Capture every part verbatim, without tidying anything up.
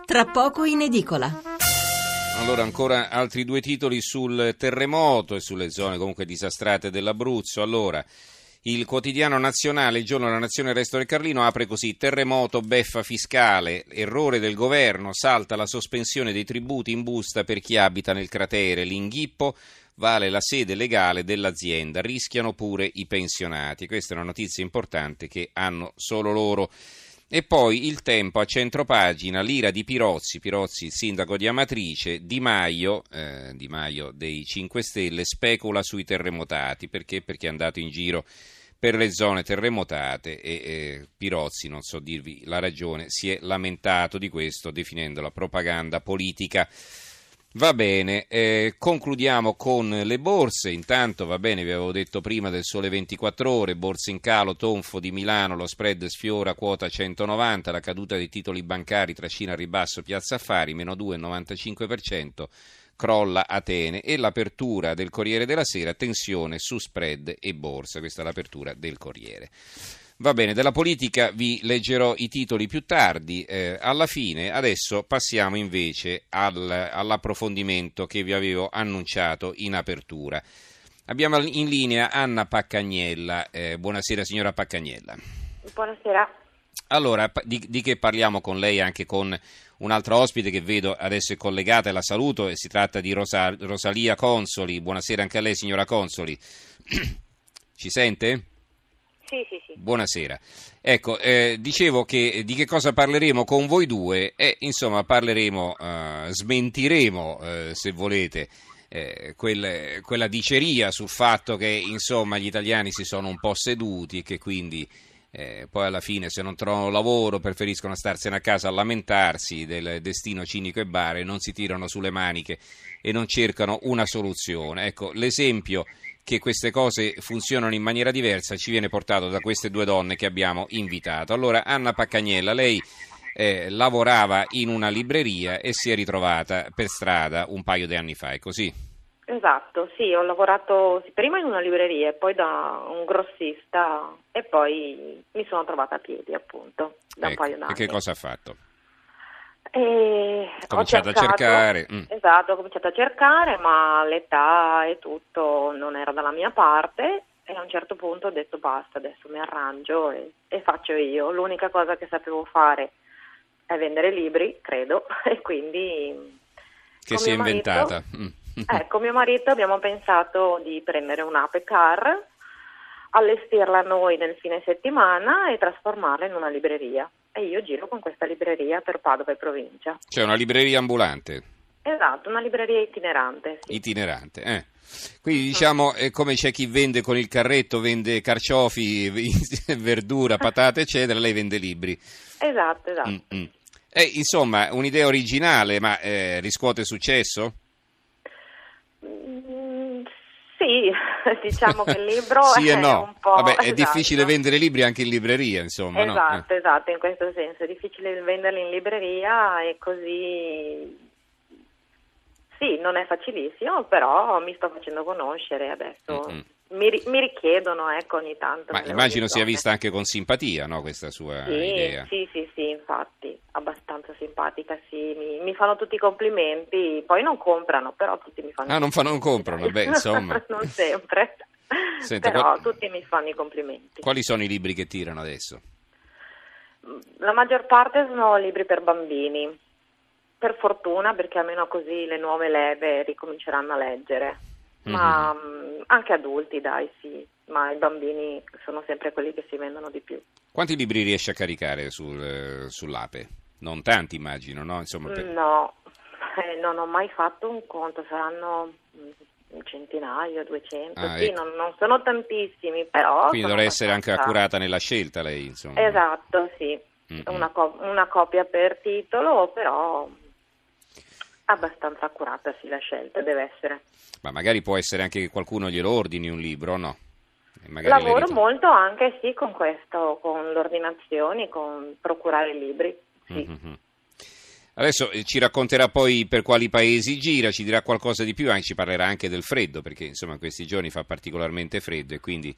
tra poco in edicola. Allora, ancora altri due titoli sul terremoto e sulle zone comunque disastrate dell'Abruzzo. Allora, il quotidiano nazionale, il giorno della Nazione, il Resto del Carlino, apre così: terremoto, beffa fiscale, errore del governo, salta la sospensione dei tributi in busta per chi abita nel cratere, l'inghippo vale la sede legale dell'azienda, rischiano pure i pensionati. Questa è una notizia importante che hanno solo loro. E poi il Tempo a centropagina, l'ira di Pirozzi, Pirozzi il sindaco di Amatrice, Di Maio, eh, Di Maio dei cinque Stelle, specula sui terremotati. Perché? Perché è andato in giro per le zone terremotate e eh, Pirozzi, non so dirvi la ragione, si è lamentato di questo definendola propaganda politica. Va bene, eh, concludiamo con le borse. Intanto, va bene, vi avevo detto prima del Sole ventiquattro Ore, borse in calo, tonfo di Milano, lo spread sfiora quota centonovanta, la caduta dei titoli bancari trascina a ribasso Piazza Affari, meno due virgola novantacinque per cento, crolla Atene, e l'apertura del Corriere della Sera, tensione su spread e borsa. Questa è l'apertura del Corriere. Va bene, della politica vi leggerò i titoli più tardi, eh, alla fine. Adesso passiamo invece al, all'approfondimento che vi avevo annunciato in apertura. Abbiamo in linea Anna Paccagnella. Eh, buonasera signora Paccagnella. Buonasera. Allora, di, di che parliamo con lei, anche con un'altra ospite che vedo adesso è collegata e la saluto, e si tratta di Rosa, Rosalia Consoli. Buonasera anche a lei signora Consoli. Ci sente? Sì, sì, sì. Buonasera. Ecco, eh, dicevo che di che cosa parleremo con voi due e insomma parleremo, eh, smentiremo eh, se volete eh, quel, quella diceria sul fatto che insomma gli italiani si sono un po' seduti e che quindi eh, poi alla fine se non trovano lavoro preferiscono starsene a casa a lamentarsi del destino cinico e bare, non si tirano sulle maniche e non cercano una soluzione. Ecco, l'esempio che queste cose funzionano in maniera diversa ci viene portato da queste due donne che abbiamo invitato. Allora, Anna Paccagnella, lei eh, lavorava in una libreria e si è ritrovata per strada un paio di anni fa, è così? Esatto, sì, ho lavorato prima in una libreria e poi da un grossista e poi mi sono trovata a piedi, appunto, da Ecco, un paio d'anni. E che cosa ha fatto? E ho cominciato ho a cercare. Mm. Esatto, ho cominciato a cercare, ma l'età e tutto non era dalla mia parte e a un certo punto ho detto basta, adesso mi arrangio e, e faccio io. L'unica cosa che sapevo fare è vendere libri, credo, e quindi... Che si è inventata. Marito, ecco, mio marito abbiamo pensato di prendere un'ape car, allestirla noi nel fine settimana e trasformarla in una libreria. E io giro con questa libreria per Padova e provincia. Cioè una libreria ambulante? Esatto, una libreria itinerante. Sì. Itinerante, eh. Quindi diciamo è come c'è chi vende con il carretto, vende carciofi, verdura, patate eccetera, lei vende libri. Esatto, esatto. Mm-hmm. Eh, insomma, un'idea originale, ma eh, riscuote successo? Mm, sì, diciamo che il libro sì è e no. un po'... Vabbè, è esatto. difficile vendere libri anche in libreria, insomma. Esatto, no? eh. esatto, in questo senso è difficile venderli in libreria e così... Sì, non è facilissimo, però mi sto facendo conoscere adesso. Mm-hmm. Mi, mi richiedono, ecco, ogni tanto. Ma immagino sia vista anche con simpatia, no, questa sua sì, idea. Sì, sì, sì, infatti, abbastanza simpatica, sì. Mi, mi fanno tutti i complimenti, poi non comprano, però tutti mi fanno Ah, non, fanno, non comprano, beh, insomma. non sempre, Senta, però qual... tutti mi fanno i complimenti. Quali sono i libri che tirano adesso? La maggior parte sono libri per bambini. Per fortuna, perché almeno così le nuove leve ricominceranno a leggere, ma mm-hmm. anche adulti, dai, sì, ma i bambini sono sempre quelli che si vendono di più. Quanti libri riesce a caricare sul, sull'ape? Non tanti, immagino, no? Insomma, per... No, eh, non ho mai fatto un conto, saranno un centinaio, duecento, ah, sì, ecco. non, non sono tantissimi, però... Quindi dovrà essere anche accurata nella scelta lei, insomma. Esatto, sì, una, co- una copia per titolo, però... abbastanza accurata, sì, la scelta deve essere. Ma magari può essere anche che qualcuno glielo ordini un libro, no? E magari lavoro molto anche sì con questo, con le ordinazioni, con procurare i libri. Sì. Mm-hmm. Adesso eh, ci racconterà poi per quali paesi gira, ci dirà qualcosa di più, anche ci parlerà anche del freddo, perché insomma in questi giorni fa particolarmente freddo e quindi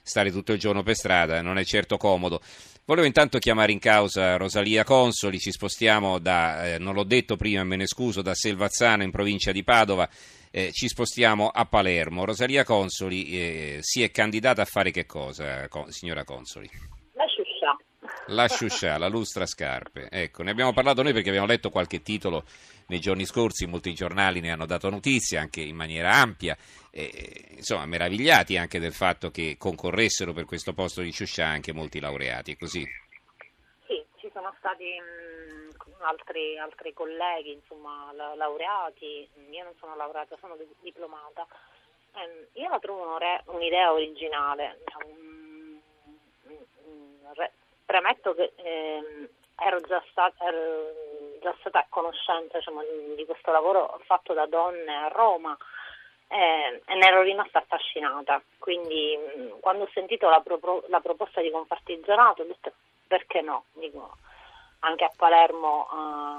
stare tutto il giorno per strada non è certo comodo. Volevo intanto chiamare in causa Rosalia Consoli, ci spostiamo da, eh, non l'ho detto prima, me ne scuso, da Selvazzano in provincia di Padova, eh, ci spostiamo a Palermo. Rosalia Consoli eh, si è candidata a fare che cosa, con, signora Consoli? La sciuscia. La sciuscia, la lustrascarpe. Ecco, ne abbiamo parlato noi perché abbiamo letto qualche titolo nei giorni scorsi, molti giornali ne hanno dato notizia anche in maniera ampia, e, insomma meravigliati anche del fatto che concorressero per questo posto di sciuscia anche molti laureati, è così? Sì, ci sono stati mh, altri, altri colleghi, insomma, la, laureati. Io non sono laureata, sono di- diplomata. Ehm, io la trovo un'ore- un'idea originale. Mh, mh, re- premetto che ehm, ero già stata, ero già stata a conoscenza, diciamo, di, di questo lavoro fatto da donne a Roma, eh, e ne ero rimasta affascinata. Quindi mh, quando ho sentito la, pro- la proposta di Confartigianato ho detto perché no, dico, anche a Palermo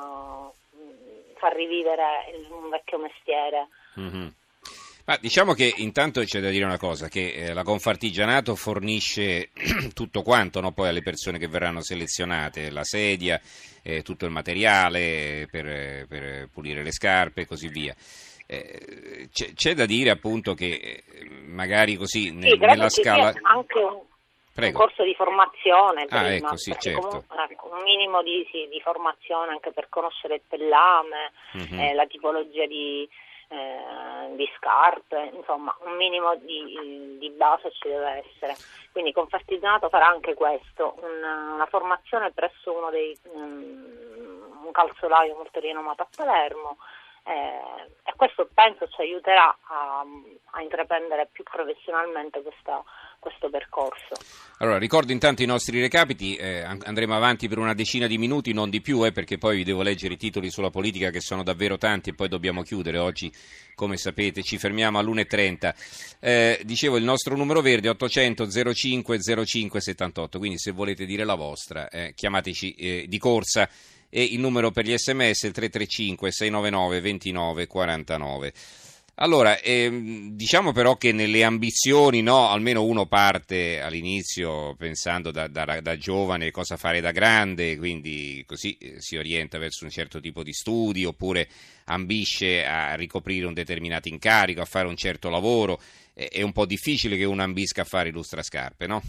uh, far rivivere un vecchio mestiere. Mm-hmm. Ma diciamo che intanto c'è da dire una cosa, che eh, la Confartigianato fornisce tutto quanto, no? Poi alle persone che verranno selezionate, la sedia, eh, tutto il materiale per, per pulire le scarpe e così via. Eh, c'è, c'è da dire appunto che eh, magari così ne, sì, nella ci scala... sia anche un, un Prego. corso di formazione Ah, prima, ecco, sì, perché certo. comunque, ecco, un minimo di, sì, di formazione anche per conoscere il pellame, Mm-hmm. eh, la tipologia di Eh, di scarpe, insomma un minimo di, di base ci deve essere. Quindi Confartigianato farà anche questo, una, una formazione presso uno dei um, un calzolaio molto rinomato a Palermo, eh, e questo penso ci aiuterà a, a intraprendere più professionalmente questa, questo percorso. Allora, ricordo intanto i nostri recapiti, eh, andremo avanti per una decina di minuti, non di più, eh, perché poi vi devo leggere i titoli sulla politica che sono davvero tanti e poi dobbiamo chiudere oggi, come sapete, ci fermiamo all'una e trenta. Eh, dicevo, il nostro numero verde è ottocento zero cinque zero cinque settantotto, quindi se volete dire la vostra, eh, chiamateci eh, di corsa. E il numero per gli sms è il tre tre cinque sei nove nove due nove quattro nove. Allora, ehm, diciamo però che nelle ambizioni, no, almeno uno parte all'inizio pensando da, da, da giovane cosa fare da grande, quindi così eh, si orienta verso un certo tipo di studi, oppure ambisce a ricoprire un determinato incarico, a fare un certo lavoro. Eh, è un po' difficile che uno ambisca a fare illustrascarpe, no?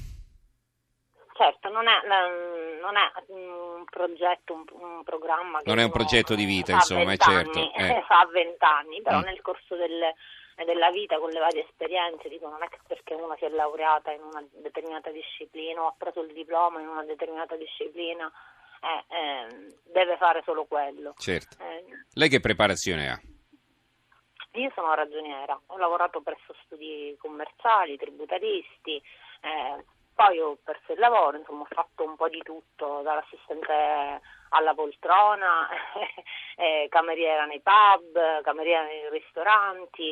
Certo, non è, non è un progetto, un, un programma che non è un uno, progetto di vita, eh, insomma, è certo. Anni, Eh. fa vent'anni, però Mm. nel corso del, della vita, con le varie esperienze, dico, non è che perché uno si è laureata in una determinata disciplina o ha preso il diploma in una determinata disciplina, eh, eh, deve fare solo quello. Certo. Eh, Lei che preparazione ha? Io sono ragioniera, ho lavorato presso studi commerciali, tributaristi, eh, poi ho perso il lavoro, insomma ho fatto un po' di tutto, dall'assistente alla poltrona, eh, cameriera nei pub, cameriera nei ristoranti,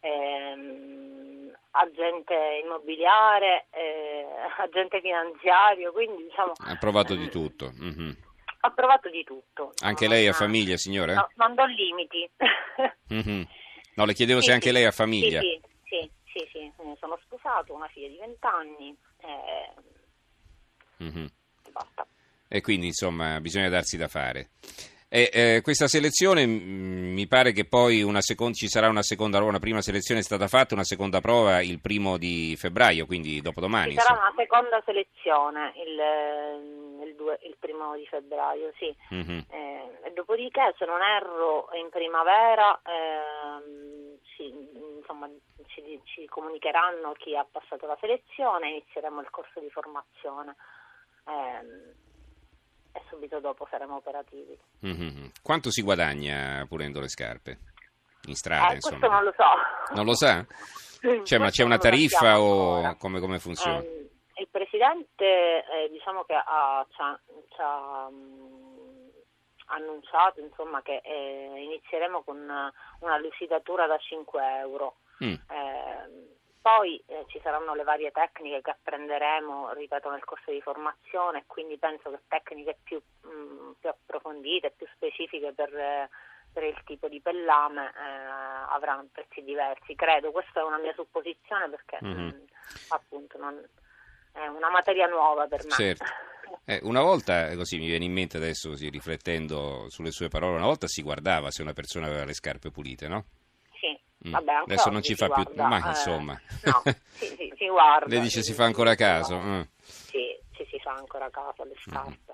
ehm, agente immobiliare, eh, agente finanziario, quindi diciamo... Ha provato ehm, di tutto. Mm-hmm. Ho provato di tutto. Anche no, lei ha non, famiglia, signora? No, non do limiti. Mm-hmm. No, le chiedevo sì, se anche sì, lei ha famiglia. Sì, sì, sì, sì, sì. Sono sposato, una figlia di venti anni, eh, Mm-hmm. basta. E quindi, insomma, bisogna darsi da fare. E, eh, questa selezione mh, mi pare che poi una seconda, ci sarà una seconda, una prima selezione è stata fatta, una seconda prova il primo di febbraio, quindi dopodomani. Ci sarà insomma. una seconda selezione il, il, due, il primo di febbraio, sì. Mm-hmm. Eh, e dopodiché, se non erro, in primavera ehm, sì, insomma, ci, ci comunicheranno chi ha passato la selezione e inizieremo il corso di formazione. Ehm, e subito dopo saremo operativi. Mm-hmm. Quanto si guadagna pulendo le scarpe? In strada, Eh, insomma. questo non lo so. Non lo sa? Cioè, ma c'è una tariffa o come, come funziona? Eh, il Presidente eh, diciamo che ha, ci ha, ci ha mh, annunciato insomma, che eh, inizieremo con una lucidatura da cinque euro. Mm. Eh, Poi eh, ci saranno le varie tecniche che apprenderemo, ripeto, nel corso di formazione, quindi penso che tecniche più, mh, più approfondite, più specifiche per, eh, per il tipo di pellame eh, avranno prezzi diversi, credo. Questa è una mia supposizione perché Mm-hmm. mh, appunto non, è una materia nuova per me. Certo. Eh, una volta, così mi viene in mente adesso, così riflettendo sulle sue parole, una volta si guardava se una persona aveva le scarpe pulite, no? Sì, Mm. vabbè, anche Adesso non oggi ci si fa più, guarda, ma eh, insomma. no, sì, sì, si guarda. Lei dice sì, si fa ancora sì, caso? sì, Mm. sì, sì, si fa ancora caso alle scarpe.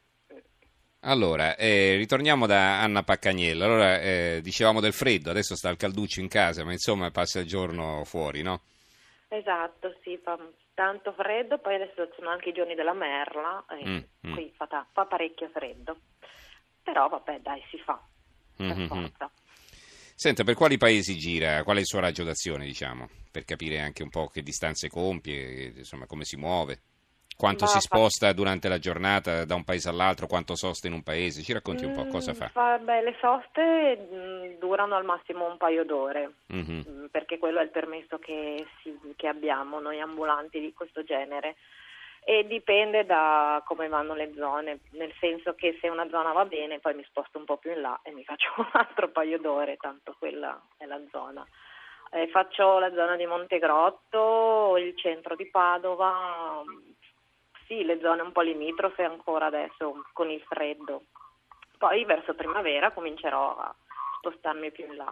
Allora, eh, ritorniamo da Anna Paccagnella. Allora, eh, dicevamo del freddo, adesso sta il calduccio in casa, ma insomma passa il giorno fuori, no? Esatto, sì, fa tanto freddo, poi adesso sono anche i giorni della merla, e Mm, mm. qui fa, ta- fa parecchio freddo, però vabbè dai, si fa, per Mhm. forza. Senta, per quali paesi gira? Qual è il suo raggio d'azione, diciamo? Per capire anche un po' che distanze compie, insomma, come si muove. Quanto Ma si fa- sposta durante la giornata da un paese all'altro, quanto sosta in un paese? Ci racconti un po' cosa Mm, fa? fa- beh, le soste mm, durano al massimo un paio d'ore, Mhm. mm, perché quello è il permesso che, si- che abbiamo noi ambulanti di questo genere. E dipende da come vanno le zone, nel senso che se una zona va bene poi mi sposto un po' più in là e mi faccio un altro paio d'ore, tanto quella è la zona. Eh, faccio la zona di Montegrotto, il centro di Padova, sì, le zone un po' limitrofe ancora adesso con il freddo. Poi verso primavera comincerò a spostarmi più in là.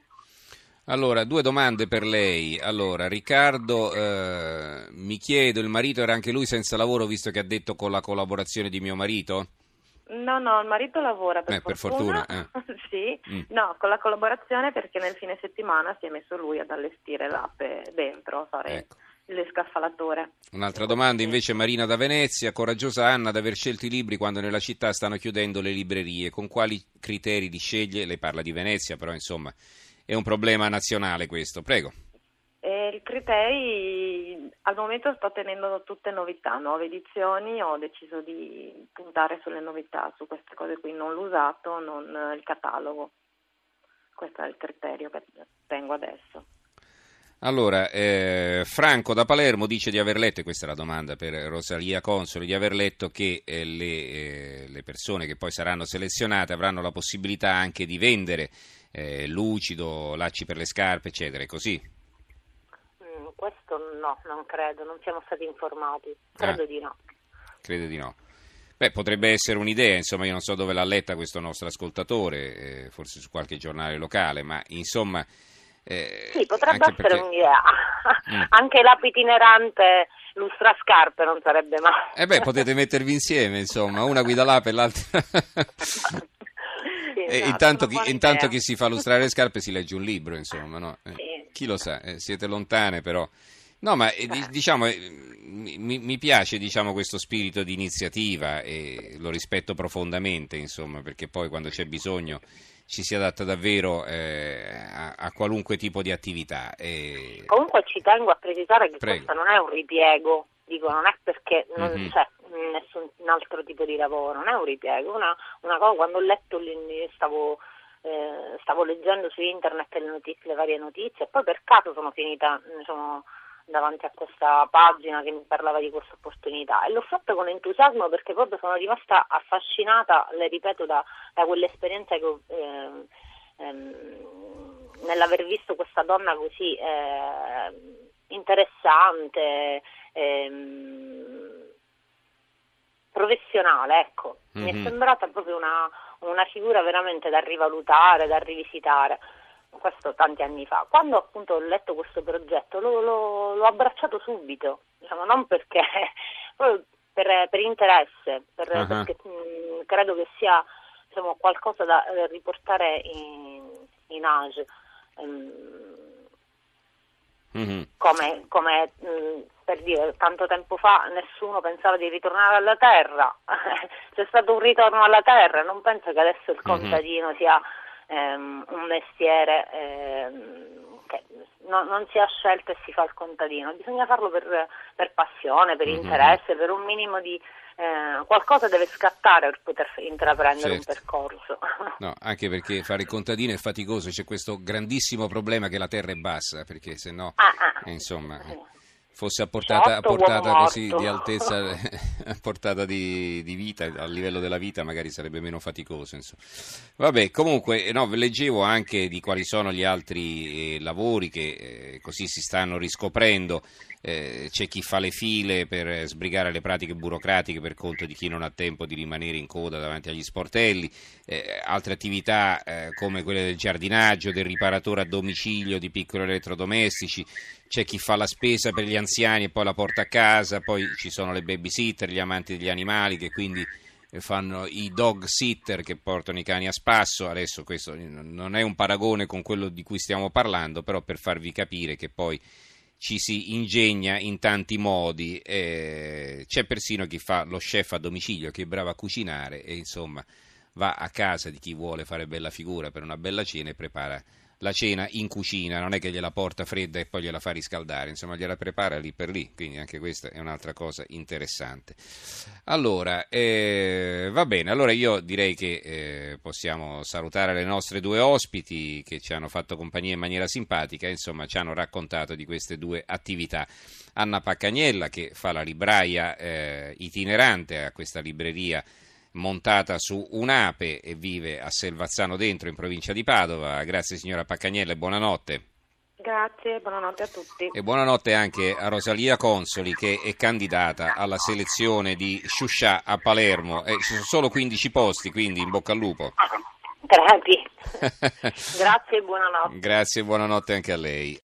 Allora, due domande per lei. Allora, Riccardo, eh, mi chiedo, il marito era anche lui senza lavoro, visto che ha detto con la collaborazione di mio marito? No, no, il marito lavora per Eh, per fortuna, fortuna, sì, Mm. no, con la collaborazione perché nel fine settimana si è messo lui ad allestire l'ape dentro, a fare Ecco. le scaffalature. Un'altra domanda invece Marina da Venezia, coraggiosa Anna ad aver scelto i libri quando nella città stanno chiudendo le librerie, con quali criteri li sceglie? Lei parla di Venezia, però insomma è un problema nazionale questo, prego. E i criteri, al momento sto tenendo tutte novità, nuove edizioni, ho deciso di puntare sulle novità, su queste cose qui, non l'usato, non il catalogo. Questo è il criterio che tengo adesso. Allora, eh, Franco da Palermo dice di aver letto, e questa è la domanda per Rosalia Consoli, di aver letto che eh, le, eh, le persone che poi saranno selezionate avranno la possibilità anche di vendere eh, lucido, lacci per le scarpe, eccetera, è così? Mm, questo no, non credo, non siamo stati informati, credo Ah. di no. Credo di no. Beh, potrebbe essere un'idea, insomma, io non so dove l'ha letta questo nostro ascoltatore, eh, forse su qualche giornale locale, ma insomma... Eh, Sì, potrebbe anche essere perché- un'idea. Mm. Anche l'ape itinerante lustrascarpe non sarebbe male. Eh beh, potete mettervi insieme, insomma, una guida l'ape e l'altra... Sì, E esatto, intanto, una chi, buona intanto idea. chi si fa lustrare le scarpe si legge un libro, insomma, no? Eh, Sì. chi lo sa, eh, siete lontane però. No, ma eh, di- diciamo, eh, mi, mi piace diciamo, questo spirito di iniziativa e lo rispetto profondamente, insomma, perché poi quando c'è bisogno ci si adatta davvero eh, a, a qualunque tipo di attività. E... Comunque ci tengo a precisare che Prego. questo non è un ripiego, dico non è perché non Mhm. c'è nessun altro tipo di lavoro, non è un ripiego, una, una cosa, quando ho letto, l- stavo, eh, stavo leggendo su internet le, notizie, le varie notizie e poi per caso sono finita, sono davanti a questa pagina che mi parlava di questa opportunità e l'ho fatto con entusiasmo perché proprio sono rimasta affascinata, le ripeto, da, da quell'esperienza che ho, ehm, ehm, nell'aver visto questa donna così eh, interessante, ehm, professionale, ecco. Mi Mhm. è sembrata proprio una, una figura veramente da rivalutare, da rivisitare. Questo tanti anni fa. Quando appunto ho letto questo progetto l'ho, l'ho, l'ho abbracciato subito, diciamo, non perché, proprio per, per interesse, per, Uh-huh. perché mh, credo che sia diciamo, qualcosa da eh, riportare in, in age. Um, Mhm. come, come mh, per dire, tanto tempo fa nessuno pensava di ritornare alla terra, c'è stato un ritorno alla terra, non penso che adesso il contadino sia ehm, un mestiere ehm, che no, non si ha scelto e si fa il contadino, bisogna farlo per, per passione, per Mhm. interesse, per un minimo di eh, qualcosa deve scattare per poter intraprendere Certo. un percorso. No, anche perché fare il contadino è faticoso, c'è questo grandissimo problema che la terra è bassa, perché se no, Ah, ah. eh, insomma, Sì. fosse a portata, a portata così morto. di altezza, a portata di, di vita, a livello della vita magari sarebbe meno faticoso, insomma. Vabbè, comunque no, leggevo anche di quali sono gli altri eh, lavori che eh, così si stanno riscoprendo. Eh, c'è chi fa le file per sbrigare le pratiche burocratiche per conto di chi non ha tempo di rimanere in coda davanti agli sportelli, eh, altre attività eh, come quelle del giardinaggio, del riparatore a domicilio di piccoli elettrodomestici, c'è chi fa la spesa per gli anziani e poi la porta a casa, poi ci sono le babysitter, gli amanti degli animali che quindi fanno i dog sitter che portano i cani a spasso. Adesso questo non è un paragone con quello di cui stiamo parlando, però per farvi capire che poi ci si ingegna in tanti modi, eh, c'è persino chi fa lo chef a domicilio che è bravo a cucinare e insomma va a casa di chi vuole fare bella figura per una bella cena e prepara la cena in cucina, non è che gliela porta fredda e poi gliela fa riscaldare, insomma gliela prepara lì per lì, quindi anche questa è un'altra cosa interessante. Allora, eh, va bene, allora io direi che eh, possiamo salutare le nostre due ospiti che ci hanno fatto compagnia in maniera simpatica, insomma ci hanno raccontato di queste due attività. Anna Paccagnella che fa la libraia eh, itinerante a questa libreria montata su un'ape e vive a Selvazzano Dentro in provincia di Padova. Grazie signora Paccagnella e buonanotte. Grazie, buonanotte a tutti. E buonanotte anche a Rosalia Consoli che è candidata alla selezione di Sciuscià a Palermo. Eh, ci sono solo quindici posti, quindi in bocca al lupo. Grazie. Grazie e buonanotte. Grazie e buonanotte anche a lei.